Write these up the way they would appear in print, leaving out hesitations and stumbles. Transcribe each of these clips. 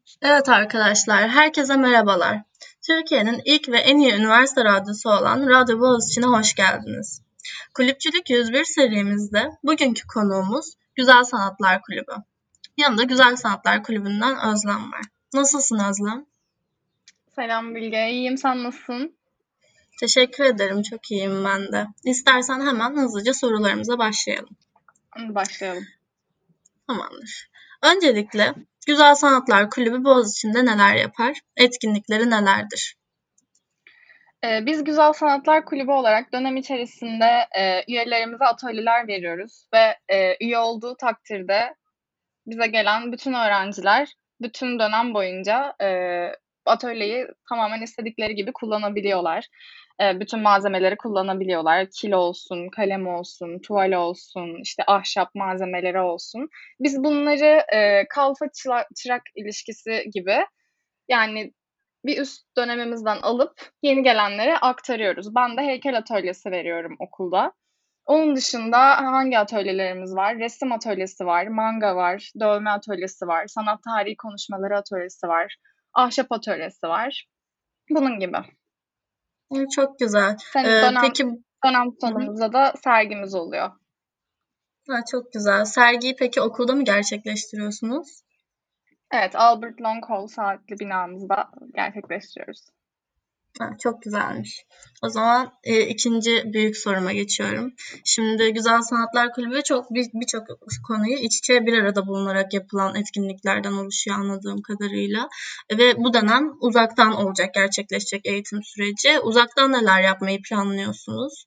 Evet arkadaşlar, herkese merhabalar. Türkiye'nin ilk ve en iyi üniversite radyosu olan Radyo Boğaziçi'ne hoş geldiniz. Kulüpçülük 101 serimizde bugünkü konuğumuz Güzel Sanatlar Kulübü. Yanında Güzel Sanatlar Kulübü'nden Özlem var. Nasılsın Özlem? Selam Bilge, iyiyim. Sen nasılsın? Teşekkür ederim, çok iyiyim ben de. İstersen hemen hızlıca sorularımıza başlayalım. Hadi başlayalım. Tamamdır. Öncelikle Güzel Sanatlar Kulübü Boğaziçi'nde neler yapar? Etkinlikleri nelerdir? Biz Güzel Sanatlar Kulübü olarak dönem içerisinde üyelerimize atölyeler veriyoruz ve üye olduğu takdirde bize gelen bütün öğrenciler bütün dönem boyunca atölyeyi tamamen istedikleri gibi kullanabiliyorlar. Bütün malzemeleri kullanabiliyorlar. Kil olsun, kalem olsun, tuval olsun, işte ahşap malzemeleri olsun. Biz bunları kalfa çırak ilişkisi gibi yani bir üst dönemimizden alıp yeni gelenlere aktarıyoruz. Ben de heykel atölyesi veriyorum okulda. Onun dışında hangi atölyelerimiz var? Resim atölyesi var, manga var, dövme atölyesi var, sanat tarihi konuşmaları atölyesi var, ahşap atölyesi var. Bunun gibi. Çok güzel. Sen dönem Peki. dönem Hı hı. sonumuzda da sergimiz oluyor. Çok güzel. Sergiyi peki okulda mı gerçekleştiriyorsunuz? Evet, Albert Long Hall saatli binamızda gerçekleştiriyoruz. Çok güzelmiş. O zaman ikinci büyük soruma geçiyorum. Şimdi Güzel Sanatlar Kulübü birçok konuyu iç içe bir arada bulunarak yapılan etkinliklerden oluşuyor anladığım kadarıyla. Ve bu dönem uzaktan olacak, gerçekleşecek eğitim süreci. Uzaktan neler yapmayı planlıyorsunuz?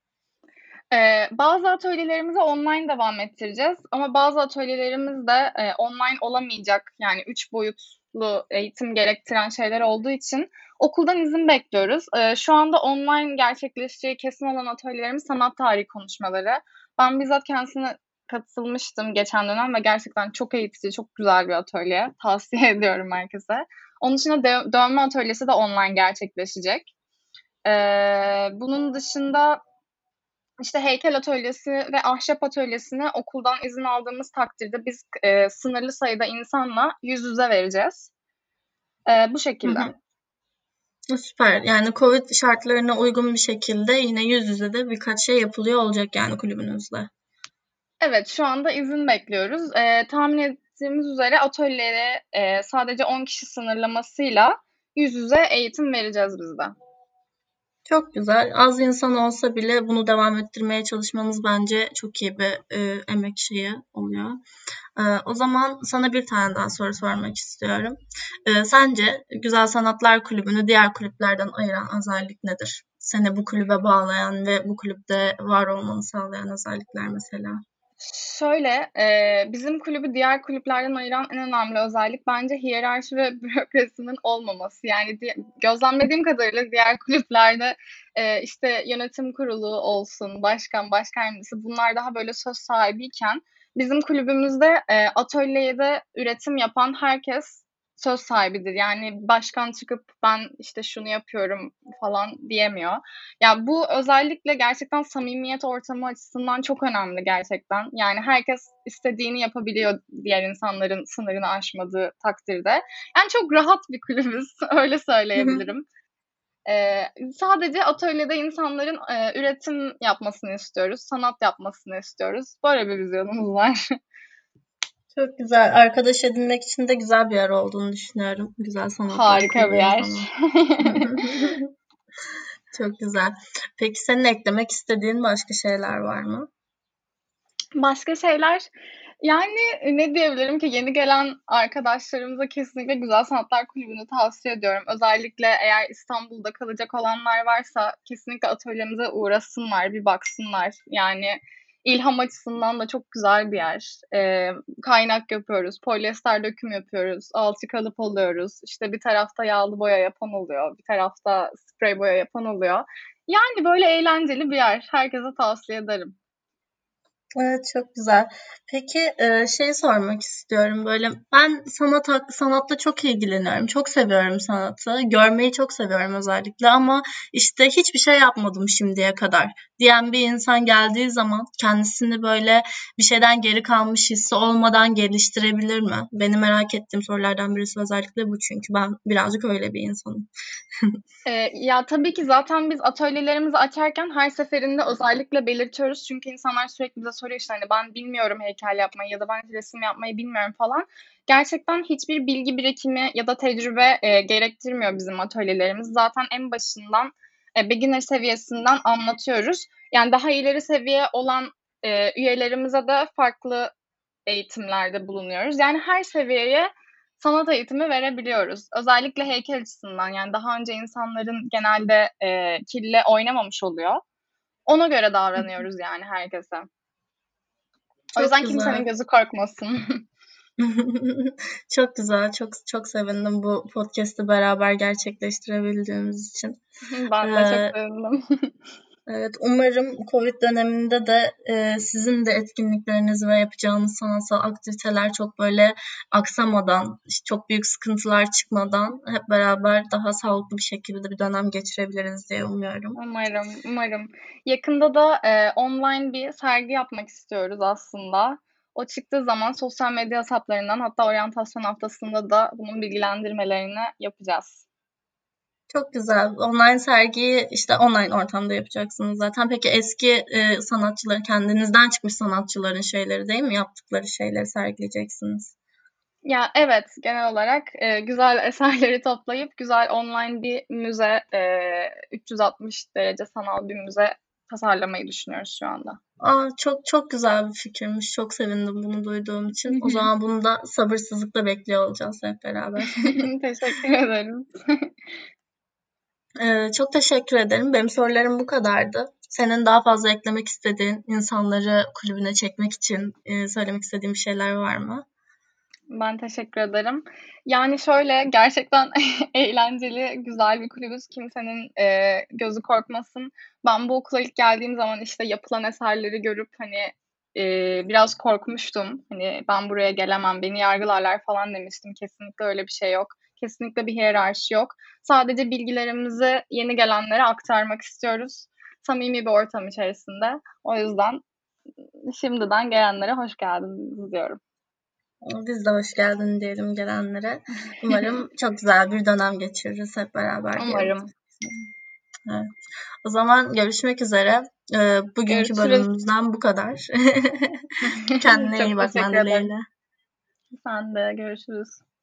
Bazı atölyelerimizi online devam ettireceğiz ama bazı atölyelerimiz de online olamayacak. Yani 3 boyutlu eğitim gerektiren şeyler olduğu için okuldan izin bekliyoruz. Şu anda online gerçekleşeceği kesin olan atölyelerimiz sanat tarihi konuşmaları. Ben bizzat kendisine katılmıştım geçen dönem ve gerçekten çok eğitici, çok güzel bir atölye. Tavsiye ediyorum herkese. Onun dışında dövme atölyesi de online gerçekleşecek. Bunun dışında işte heykel atölyesi ve ahşap atölyesini okuldan izin aldığımız takdirde biz sınırlı sayıda insanla yüz yüze vereceğiz. Bu Hı şekilde. hı. Süper. Yani Covid şartlarına uygun bir şekilde yine yüz yüze de birkaç şey yapılıyor olacak yani kulübünüzde. Evet, şu anda izin bekliyoruz. Tahmin ettiğimiz üzere atölyeye sadece 10 kişi sınırlamasıyla yüz yüze eğitim vereceğiz biz de. Çok güzel. Az insan olsa bile bunu devam ettirmeye çalışmanız bence çok iyi bir emek şeyi oluyor. O zaman sana bir tane daha soru sormak istiyorum. Sence Güzel Sanatlar Kulübü'nü diğer kulüplerden ayıran özellik nedir? Seni bu kulübe bağlayan ve bu kulüpte var olmanı sağlayan özellikler mesela. Şöyle, bizim kulübü diğer kulüplerden ayıran en önemli özellik bence hiyerarşi ve bürokrasinin olmaması. Yani gözlemlediğim kadarıyla diğer kulüplerde işte yönetim kurulu olsun, başkan, başkan yardımcısı bunlar daha böyle söz sahibiyken bizim kulübümüzde atölyede üretim yapan herkes söz sahibidir. Yani başkan çıkıp ben işte şunu yapıyorum falan diyemiyor. Ya bu özellikle gerçekten samimiyet ortamı açısından çok önemli gerçekten. Yani herkes istediğini yapabiliyor diğer insanların sınırını aşmadığı takdirde. Yani çok rahat bir kulübüz, öyle söyleyebilirim. Sadece atölyede insanların üretim yapmasını istiyoruz, sanat yapmasını istiyoruz. Böyle bir vizyonumuz var. Çok güzel. Arkadaş edinmek için de güzel bir yer olduğunu düşünüyorum. Güzel Sanatlar Harika Kulübü bir o yer. zaman. Çok güzel. Peki senin eklemek istediğin başka şeyler var mı? Başka şeyler, yani, ne diyebilirim ki yeni gelen arkadaşlarımıza kesinlikle Güzel Sanatlar Kulübü'nü tavsiye ediyorum. Özellikle eğer İstanbul'da kalacak olanlar varsa kesinlikle atölyemize uğrasınlar, bir baksınlar. Yani ilham açısından da çok güzel bir yer. Kaynak yapıyoruz, polyester döküm yapıyoruz, alçı kalıp alıyoruz. İşte bir tarafta yağlı boya yapan oluyor, bir tarafta sprey boya yapan oluyor. Yani böyle eğlenceli bir yer. Herkese tavsiye ederim. Evet, çok güzel. Peki, şey sormak istiyorum, böyle, ben sanatla çok ilgileniyorum, çok seviyorum sanatı, görmeyi çok seviyorum özellikle ama, işte, hiçbir şey yapmadım şimdiye kadar diyen bir insan geldiği zaman kendisini, böyle, bir şeyden geri kalmış hissi olmadan geliştirebilir mi? Benim merak ettiğim sorulardan birisi özellikle bu çünkü ben birazcık öyle bir insanım. Ya, tabii ki zaten biz atölyelerimizi açarken her seferinde özellikle belirtiyoruz. Çünkü insanlar sürekli bize soruyor işte hani ben bilmiyorum heykel yapmayı ya da ben resim yapmayı bilmiyorum falan. Gerçekten hiçbir bilgi birikimi ya da tecrübe gerektirmiyor bizim atölyelerimiz. Zaten en başından beginner seviyesinden anlatıyoruz. Yani daha ileri seviye olan üyelerimize de farklı eğitimlerde bulunuyoruz. Yani her seviyeye sanat eğitimi verebiliyoruz. Özellikle heykel açısından yani daha önce insanların genelde kille oynamamış oluyor. Ona göre davranıyoruz yani herkese. O Çok yüzden güzel. kimsenin gözü korkmasın. Çok güzel, çok çok sevindim bu podcast'ı beraber gerçekleştirebildiğimiz için. Ben de çok Eee, sevindim. evet, umarım Covid döneminde de sizin de etkinlikleriniz ve yapacağınız sanatsal aktiviteler çok böyle aksamadan, işte çok büyük sıkıntılar çıkmadan hep beraber daha sağlıklı bir şekilde bir dönem geçirebiliriz diye umuyorum. Umarım, umarım. Yakında da online bir sergi yapmak istiyoruz aslında. O çıktığı zaman sosyal medya hesaplarından hatta oryantasyon haftasında da bunun bilgilendirmelerini yapacağız. Çok güzel. Online sergiyi işte online ortamda yapacaksınız zaten. Peki eski sanatçıların, kendinizden çıkmış sanatçıların şeyleri değil mi? Yaptıkları şeyleri sergileyeceksiniz. Ya evet, genel olarak güzel eserleri toplayıp güzel online bir müze, 360 derece sanal bir müze tasarlamayı düşünüyoruz şu anda. Aa, çok çok güzel bir fikirmiş. Çok sevindim bunu duyduğum için. O zaman bunu da sabırsızlıkla bekliyor olacağız hep beraber. Teşekkür ederim. Çok teşekkür ederim. Benim sorularım bu kadardı. Senin daha fazla eklemek istediğin, insanları kulübüne çekmek için söylemek istediğin bir şeyler var mı? Ben teşekkür ederim. Yani şöyle, gerçekten eğlenceli, güzel bir kulübüz. Kimsenin gözü korkmasın. Ben bu okula ilk geldiğim zaman işte yapılan eserleri görüp hani biraz korkmuştum. Hani ben buraya gelemem, beni yargılarlar falan demiştim. Kesinlikle öyle bir şey yok. Kesinlikle bir hiyerarşi yok. Sadece bilgilerimizi yeni gelenlere aktarmak istiyoruz. Samimi bir ortam içerisinde. O yüzden şimdiden gelenlere hoş geldiniz diyorum. Biz de hoş geldin diyelim gelenlere. Umarım çok güzel bir dönem geçiririz hep beraber diyelim. Umarım. Evet. O zaman görüşmek üzere. Bugünkü Görüşürüz. bölümümüzden bu kadar. Kendine iyi Çok bakman teşekkür ederim. dileğiyle. Sen de görüşürüz.